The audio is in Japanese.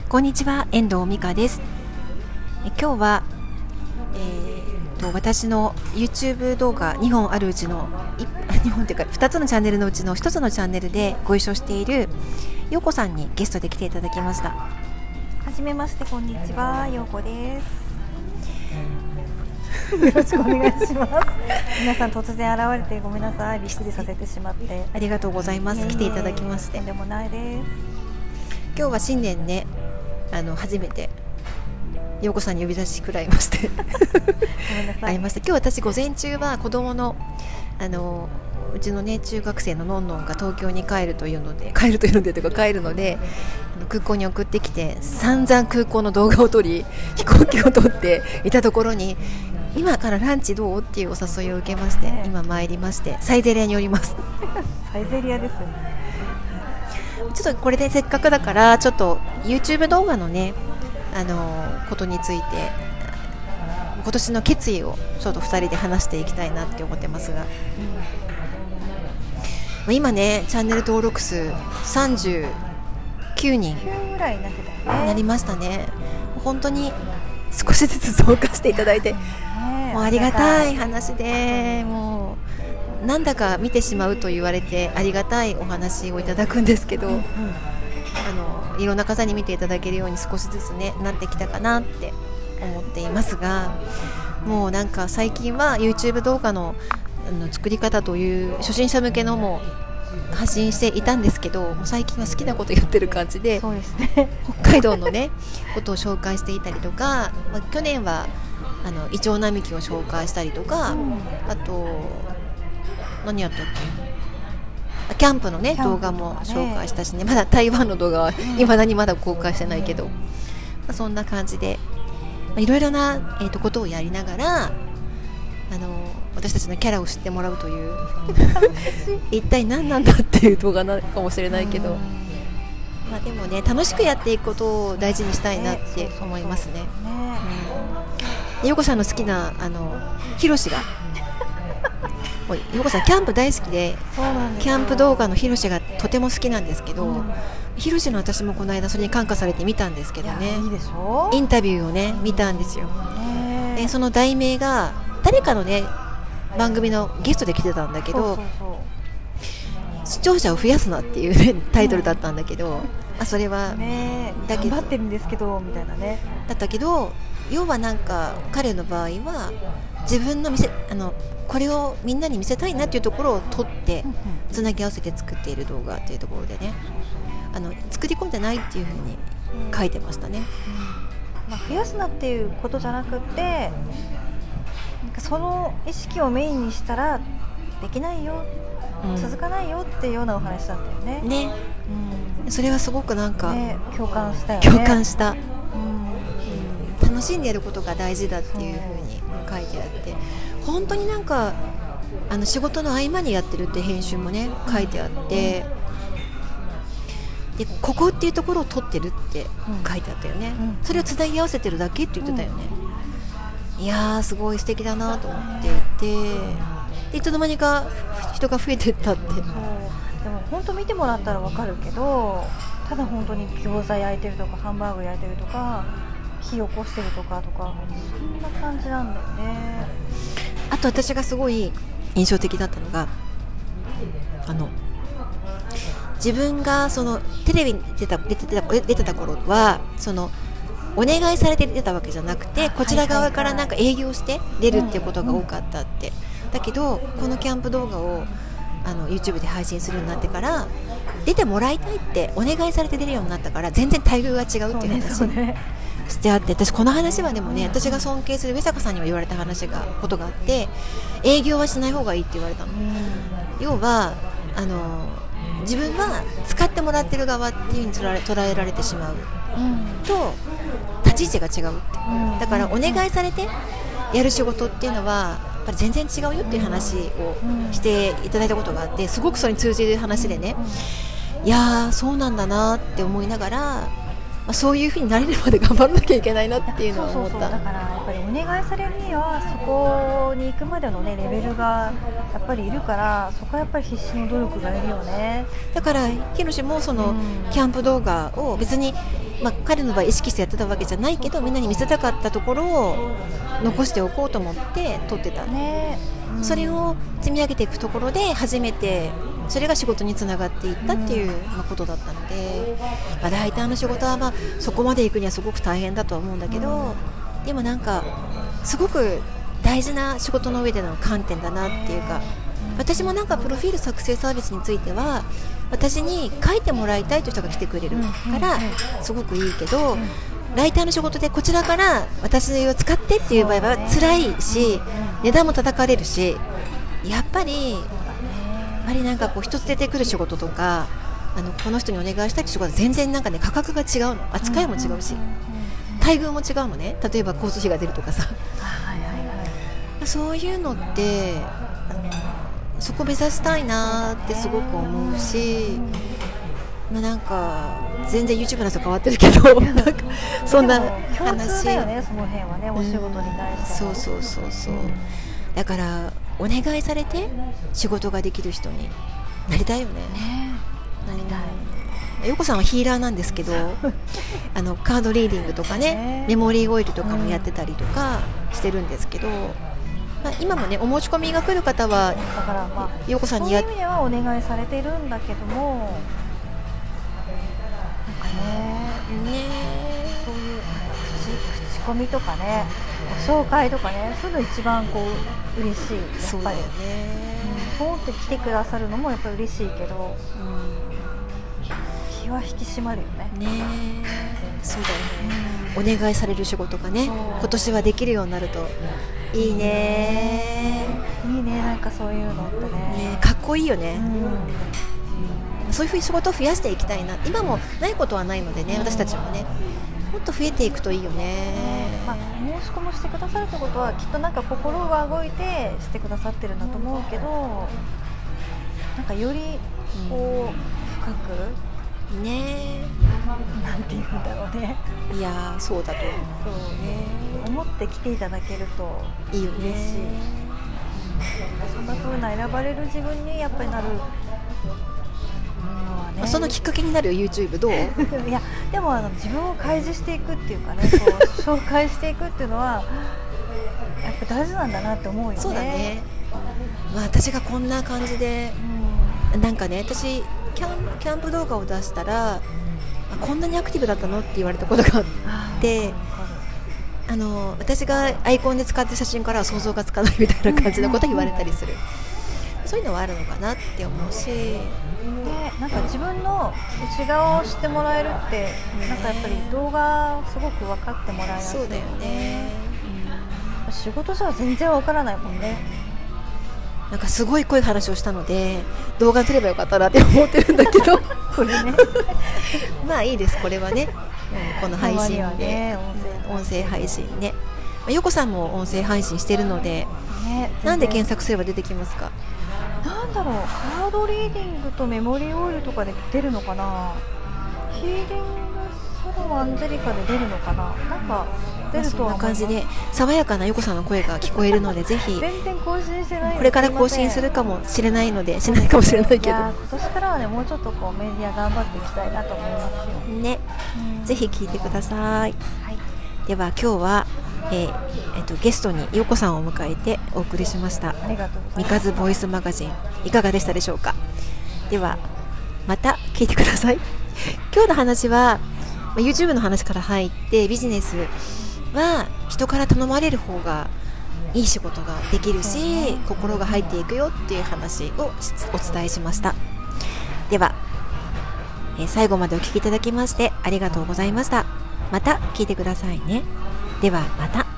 こんにちは、遠藤美香です。今日は、私の YouTube 動画2本あるうちの2本というか2つのチャンネルのうちの1つのチャンネルでご一緒している陽子さんにゲストで来ていただきました。 はじめまして、こんにちは、陽子です。よろしくお願いします。皆さん突然現れてごめんなさい、びっくりさせてしまって。 ありがとうございます。来ていただきまして。 とんでもないです。 今日は新年ね、初めて陽子さんに呼び出しくらいましてごめんなさい。 会いました。今日私午前中は子供のうちのね中学生ののんのんが東京に帰るというのでというか帰るので空港に送ってきて散々空港の動画を撮り飛行機を撮っていたところに今からランチどうっていうお誘いを受けまして、今参りましてサイゼリヤにおります。 サイゼリヤです。 ちょっとこれでせっかくだからちょっと YouTube 動画のねことについて今年の決意をちょっと2人で話していきたいなって思ってますが、今ねチャンネル登録数39人ぐらいになってたよね。 なりましたね。本当に少しずつ増加していただいて、もうありがたい話で、もうなんだか見てしまうと言われてありがたいお話をいただくんですけど、いろんな方に見ていただけるように少しずつねなってきたかなって思っていますが、もうなんか最近は YouTube 動画の作り方という初心者向けのも発信していたんですけど、もう最近は好きなこと言ってる感じで、 そうですね、 北海道のねことを紹介していたりとか、去年はイチョウ並木を紹介したりとか、あと何やったっけ、キャンプのね動画も紹介したしね、まだ台湾の動画は未だにまだ公開してないけど、そんな感じでいろいろな、ことをやりながら私たちのキャラを知ってもらうという一体何なんだっていう動画なのかもしれないけど、でもね楽しくやっていくことを大事にしたいなって思いますね。陽子さんの好きなヒロシが陽子さんキャンプ大好きで、キャンプ動画のヒロシがとても好きなんですけど、ヒロシの私もこの間それに感化されて見たんですけどね、 いいでしょ、 インタビューをね見たんですよ。でその題名が誰かのね番組のゲストで来てたんだけど、視聴者を増やすなっていう、ね、タイトルだったんだけど、それはだけど頑張ってるんですけどみたいなねだったけど、要はなんか彼の場合は自分のこれをみんなに見せたいなっていうところを撮ってつなぎ合わせて作っている動画っていうところでね、作り込んでないっていうふうに書いてましたね。 増やすなっていうことじゃなくて、なんかその意識をメインにしたらできないよ、続かないよっていうようなお話だったよね。それはすごくなんか、 共感したよね。 共感した、楽しんでやることが大事だっていうふうに書いてあって、本当になんか仕事の合間にやってるって編集もね書いてあって、でここっていうところを撮ってるって書いてあったよね。それをつなぎ合わせてるだけって言ってたよね。いやーすごい素敵だなと思っていて、でいつの間にか人が増えていったって。 でも本当見てもらったら分かるけど、ただ本当に餃子焼いてるとかハンバーグ焼いてるとか火起こしてるとかそんな感じなんだよね。 あと私がすごい印象的だったのが、自分がそのテレビに出てた頃はお願いされて出たわけじゃなくて、こちら側からなんか営業して出るっていうことが多かったって。だけどこのキャンプ動画をYouTube で配信するようになってから出てもらいたいってお願いされて出るようになったから、全然待遇が違うっていう話してあって、私この話はでもね、私が尊敬する上坂さんにも言われたことがあって、営業はしない方がいいって言われたの。要は自分は使ってもらってる側っていう風に捉えられてしまうと立ち位置が違うって、だからお願いされてやる仕事っていうのはやっぱり全然違うよっていう話をしていただいたことがあって、すごくそれに通じる話でね、いやーそうなんだなって思いながら、そういう風になれるまで頑張らなきゃいけないなっていうのは思った。 だからやっぱりお願願いされるにはそこに行くまでの、ね、レベルがやっぱりいるから、そこはやっぱり必死の努力がいるよね。 だからひろしもそのキャンプ動画を別に、彼の場合意識してやってたわけじゃないけど、みんなに見せたかったところを残しておこうと思って撮ってた、ね。それを積み上げていくところで初めてそれが仕事につながっていったっていうことだったので、ライターの仕事はそこまで行くにはすごく大変だとは思うんだけど、でもなんかすごく大事な仕事の上での観点だなっていうか、私もなんかプロフィール作成サービスについては私に書いてもらいたいという人が来てくれるからすごくいいけど、ライターの仕事でこちらから私を使ってっていう場合は辛いし、値段も叩かれるし、やっぱりなんかこう一つ出てくる仕事とか、この人にお願いしたいって仕事は全然なんかね、価格が違うの、扱いも違うし、待遇も違うのね。例えば交通費が出るとかさ、そういうのってそこ目指したいなってすごく思うし、なんか全然 YouTube の人変わってるけどなんかそんな話共通だよね、その辺はね、お仕事に対しても、 そう、だからお願いされて仕事ができる人になりたいよね。 なりたい。 よこさんはヒーラーなんですけどカードリーディングとかね、メモリーオイルとかもやってたりとかしてるんですけど、今もねお申し込みが来る方はだからよこさんにそういう意味ではお願いされているんだけども、なんかねそういう口コミとかね、紹介とかね、そういうの一番こう嬉しい。やっぱりそうだよね、 ポンって来てくださるのもやっぱり嬉しいけど、気は引き締まるよね。 そうだよね、お願いされる仕事がね今年はできるようになるといいね。 なんかそういうのってねかっこいいよね。そういう仕事を増やしていきたいな。今もないことはないのでね、私たちもねもっと増えていくといいよね。 申し込みしてくださるってことはきっとなんか心が動いてしてくださってるんだと思うけど、なんかよりこう深くなんていうんだろうね。 いやそうだと思う。 思って来ていただけるといいよね。 嬉しい。そんな風な選ばれる自分にやっぱりなるのはね。 そのきっかけになるよ YouTube どう？ いやでも自分を開示していくっていうかね、こう紹介していくっていうのはやっぱ大事なんだなって思うよね。 そうだね。私がこんな感じで、なんかね、私キャンプ動画を出したらこんなにアクティブだったのって言われたことがあって、私がアイコンで使ってる写真からは想像がつかないみたいな感じのことを言われたりする。そういうのはあるのかなって思うし、 なんか自分の内側を知ってもらえるって、なんかやっぱり動画すごく分かってもらいやすい。 そうだよね。 仕事じゃ全然分からないもんね。 なんかすごい濃い話をしたので動画撮ればよかったなって思ってるんだけどこれねいいです、これはね、この配信で、音声配信ね。よこさんも音声配信してるので、なんで検索すれば出てきますか？ なんだろう、カードリーディングとメモリーオイルとかで出るのかな、ヒーリングサロンアンジェリカで出るのかな、なんか出るとは思います。 そんな感じで爽やかなよこさんの声が聞こえるのでぜひ全然更新してない。 これから更新するかもしれないので、しないかもしれないけど、 今年からはねもうちょっとこうメディア頑張っていきたいなと思いますよね。ぜひ聞いてください。では今日はゲストによこさんを迎えてお送りしました。 ありがとうございます。 ミカズボイスマガジンいかがでしたでしょうか？ではまた聞いてください。今日の話は YouTube の話から入って、ビジネスは人から頼まれる方がいい仕事ができるし、心が入っていくよっていう話をお伝えしました。では、最後までお聞きいただきましてありがとうございました。また聞いてくださいね。ではまた。